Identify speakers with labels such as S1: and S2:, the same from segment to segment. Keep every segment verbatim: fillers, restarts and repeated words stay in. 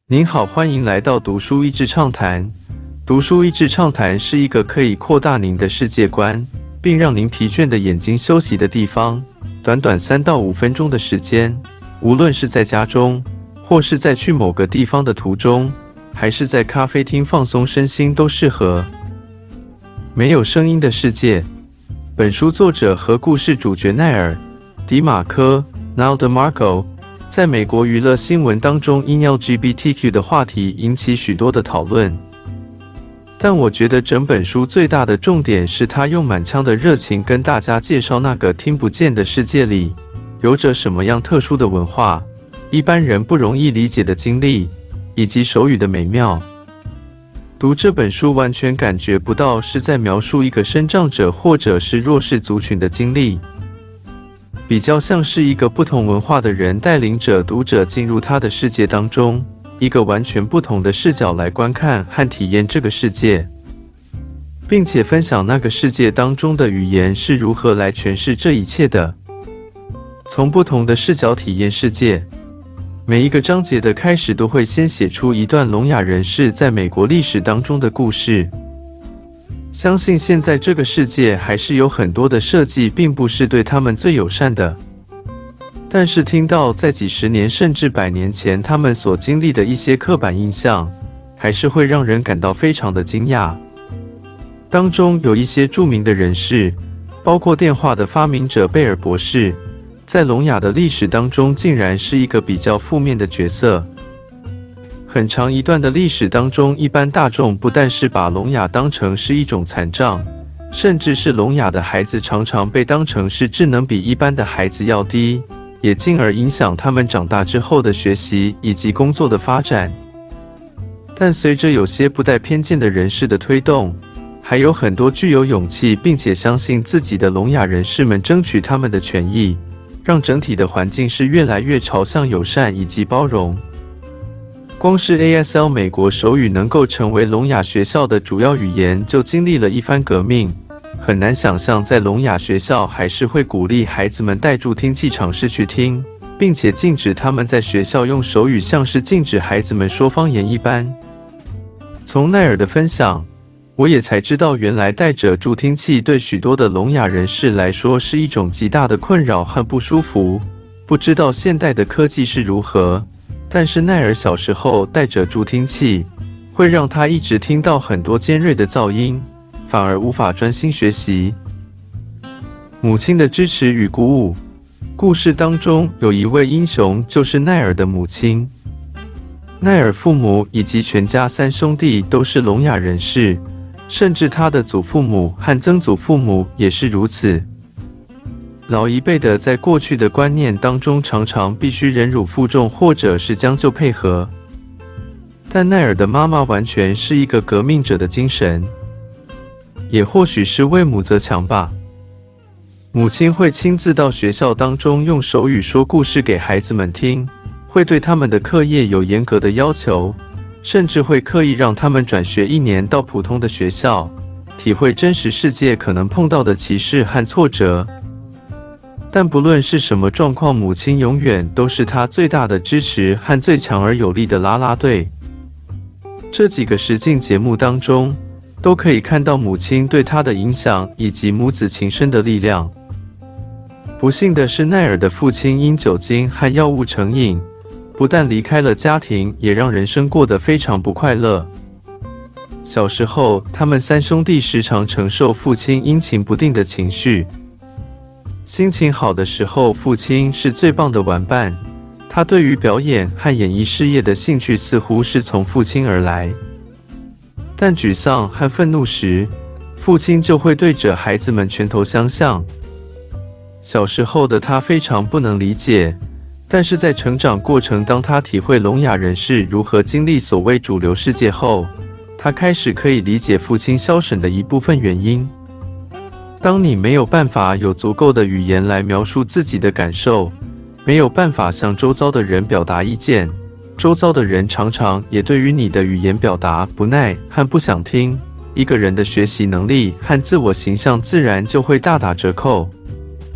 S1: 您好，欢迎来到读书益智畅谈。读书益智畅谈是一个可以扩大您的世界观，并让您疲倦的眼睛休息的地方。短短三到五分钟的时间，无论是在家中，或是在去某个地方的途中，还是在咖啡厅放松身心，都适合。没有声音的世界。本书作者和故事主角奈尔·迪马科 （Neil DeMarco） 在美国娱乐新闻当中因 L G B T Q 的话题引起许多的讨论，但我觉得整本书最大的重点是他用满腔的热情跟大家介绍那个听不见的世界里有着什么样特殊的文化，一般人不容易理解的经历，以及手语的美妙。读这本书完全感觉不到是在描述一个身障者或者是弱势族群的经历，比较像是一个不同文化的人带领着读者进入他的世界当中，一个完全不同的视角来观看和体验这个世界，并且分享那个世界当中的语言是如何来诠释这一切的。从不同的视角体验世界。每一个章节的开始都会先写出一段聋哑人士在美国历史当中的故事。相信现在这个世界还是有很多的设计并不是对他们最友善的，但是听到在几十年甚至百年前他们所经历的一些刻板印象，还是会让人感到非常的惊讶。当中有一些著名的人士，包括电话的发明者贝尔博士，在聋哑的历史当中竟然是一个比较负面的角色。很长一段的历史当中，一般大众不但是把聋哑当成是一种残障，甚至是聋哑的孩子常常被当成是智能比一般的孩子要低，也进而影响他们长大之后的学习以及工作的发展。但随着有些不带偏见的人士的推动，还有很多具有勇气并且相信自己的聋哑人士们争取他们的权益，让整体的环境是越来越朝向友善以及包容。光是 A S L 美国手语能够成为聋哑学校的主要语言，就经历了一番革命。很难想象在聋哑学校还是会鼓励孩子们带助听器尝试去听，并且禁止他们在学校用手语，像是禁止孩子们说方言一般。从奈尔的分享，我也才知道原来戴着助听器对许多的聋哑人士来说是一种极大的困扰和不舒服。不知道现代的科技是如何，但是奈尔小时候戴着助听器，会让他一直听到很多尖锐的噪音，反而无法专心学习。母亲的支持与鼓舞。故事当中有一位英雄，就是奈尔的母亲。奈尔父母以及全家三兄弟都是聋哑人士，甚至他的祖父母和曾祖父母也是如此。老一辈的在过去的观念当中，常常必须忍辱负重或者是将就配合。但奈尔的妈妈完全是一个革命者的精神，也或许是为母则强吧。母亲会亲自到学校当中用手语说故事给孩子们听，会对他们的课业有严格的要求，甚至会刻意让他们转学一年到普通的学校，体会真实世界可能碰到的歧视和挫折。但不论是什么状况，母亲永远都是他最大的支持和最强而有力的啦啦队。这几个实境节目当中，都可以看到母亲对他的影响以及母子情深的力量。不幸的是，奈尔的父亲因酒精和药物成瘾，不但离开了家庭，也让人生过得非常不快乐。小时候，他们三兄弟时常承受父亲阴晴不定的情绪。心情好的时候，父亲是最棒的玩伴，他对于表演和演艺事业的兴趣似乎是从父亲而来。但沮丧和愤怒时，父亲就会对着孩子们拳头相向。小时候的他非常不能理解，但是在成长过程，当他体会聋哑人士如何经历所谓主流世界后，他开始可以理解父亲消沉的一部分原因。当你没有办法有足够的语言来描述自己的感受，没有办法向周遭的人表达意见，周遭的人常常也对于你的语言表达不耐和不想听，一个人的学习能力和自我形象自然就会大打折扣。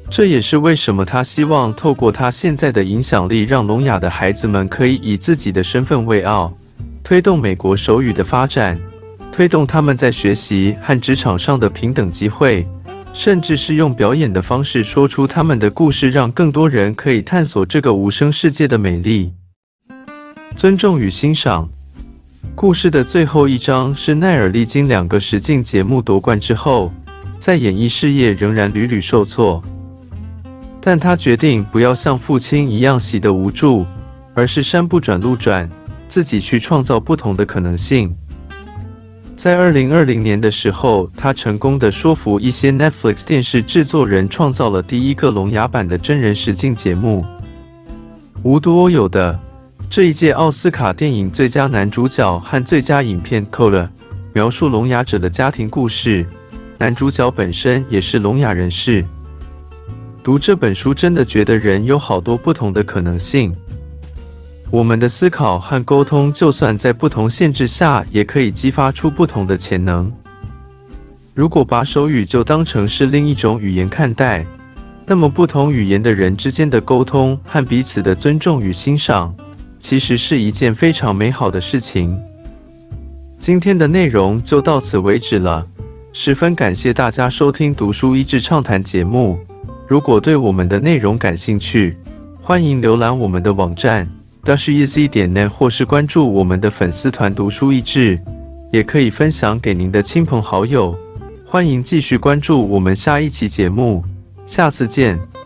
S1: 这也是为什么他希望透过他现在的影响力，让聋哑的孩子们可以以自己的身份为傲，推动美国手语的发展，推动他们在学习和职场上的平等机会，甚至是用表演的方式说出他们的故事，让更多人可以探索这个无声世界的美丽。尊重与欣赏。故事的最后一章是奈尔历经两个实境节目夺冠之后，在演艺事业仍然屡屡受挫，但他决定不要像父亲一样习得无助，而是山不转路转，自己去创造不同的可能性。在二零二零年的时候，他成功地说服一些 Netflix 电视制作人，创造了第一个聋哑版的真人实境节目。无独有的，这一届奥斯卡电影最佳男主角和最佳影片 Coda 描述聋哑者的家庭故事，男主角本身也是聋哑人士。读这本书真的觉得人有好多不同的可能性。我们的思考和沟通，就算在不同限制下，也可以激发出不同的潜能。如果把手语就当成是另一种语言看待，那么不同语言的人之间的沟通和彼此的尊重与欣赏，其实是一件非常美好的事情。今天的内容就到此为止了，十分感谢大家收听读书益智畅谈节目。如果对我们的内容感兴趣，欢迎浏览我们的网站 dash e z 点 net 或是关注我们的粉丝团读书益智，也可以分享给您的亲朋好友。欢迎继续关注我们下一期节目，下次见。